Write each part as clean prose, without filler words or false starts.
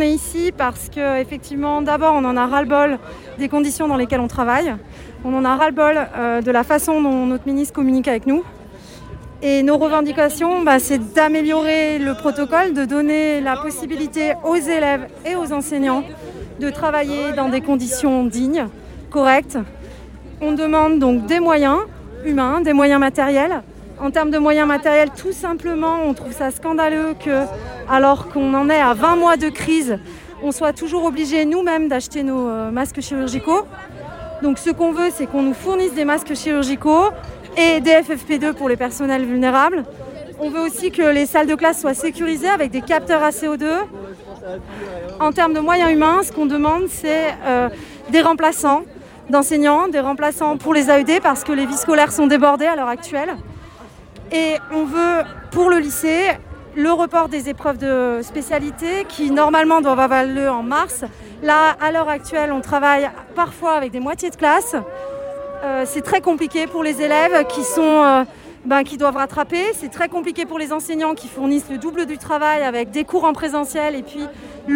est ici parce qu'effectivement, d'abord, on en a ras-le-bol des conditions dans lesquelles on travaille. On en a ras-le-bol de la façon dont notre ministre communique avec nous. Et nos revendications, c'est d'améliorer le protocole, de donner la possibilité aux élèves et aux enseignants de travailler dans des conditions dignes, correctes. On demande donc des moyens humains, des moyens matériels. En termes de moyens matériels, tout simplement, on trouve ça scandaleux que, alors qu'on en est à 20 mois de crise, on soit toujours obligé nous-mêmes d'acheter nos masques chirurgicaux. Donc ce qu'on veut, c'est qu'on nous fournisse des masques chirurgicaux et des FFP2 pour les personnels vulnérables. On veut aussi que les salles de classe soient sécurisées avec des capteurs à CO2. En termes de moyens humains, ce qu'on demande, c'est des remplaçants d'enseignants, des remplaçants pour les AED parce que les vies scolaires sont débordées à l'heure actuelle. Et on veut, pour le lycée, le report des épreuves de spécialité qui, normalement, doivent avoir lieu en mars. Là, à l'heure actuelle, on travaille parfois avec des moitiés de classe. C'est très compliqué pour les élèves qui doivent rattraper. C'est très compliqué pour les enseignants qui fournissent le double du travail avec des cours en présentiel et puis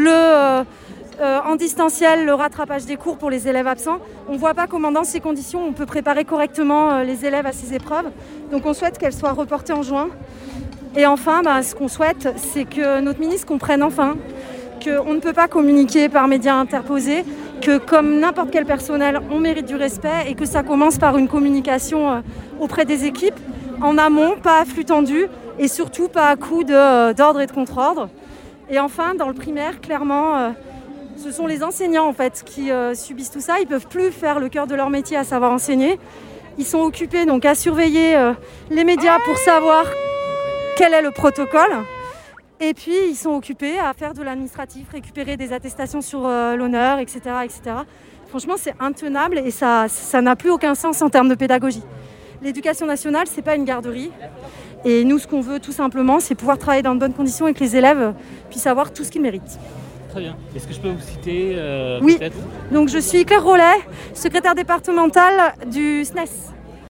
en distanciel, le rattrapage des cours pour les élèves absents. On ne voit pas comment dans ces conditions on peut préparer correctement les élèves à ces épreuves. Donc on souhaite qu'elles soient reportées en juin. Et enfin, ce qu'on souhaite, c'est que notre ministre comprenne enfin qu'on ne peut pas communiquer par médias interposés, que comme n'importe quel personnel, on mérite du respect et que ça commence par une communication auprès des équipes, en amont, pas à flux tendu et surtout pas à coup d'ordre et de contre-ordre. Et enfin, dans le primaire, clairement, ce sont les enseignants en fait, qui subissent tout ça. Ils ne peuvent plus faire le cœur de leur métier, à savoir enseigner. Ils sont occupés donc, à surveiller les médias pour savoir quel est le protocole. Et puis, ils sont occupés à faire de l'administratif, récupérer des attestations sur l'honneur, etc., etc. Franchement, c'est intenable et ça n'a plus aucun sens en termes de pédagogie. L'éducation nationale, ce n'est pas une garderie. Et nous, ce qu'on veut tout simplement, c'est pouvoir travailler dans de bonnes conditions et que les élèves puissent avoir tout ce qu'ils méritent. Très bien. Est-ce que je peux vous citer Oui. peut-être ? Donc, je suis Claire Rollet, secrétaire départementale du SNES.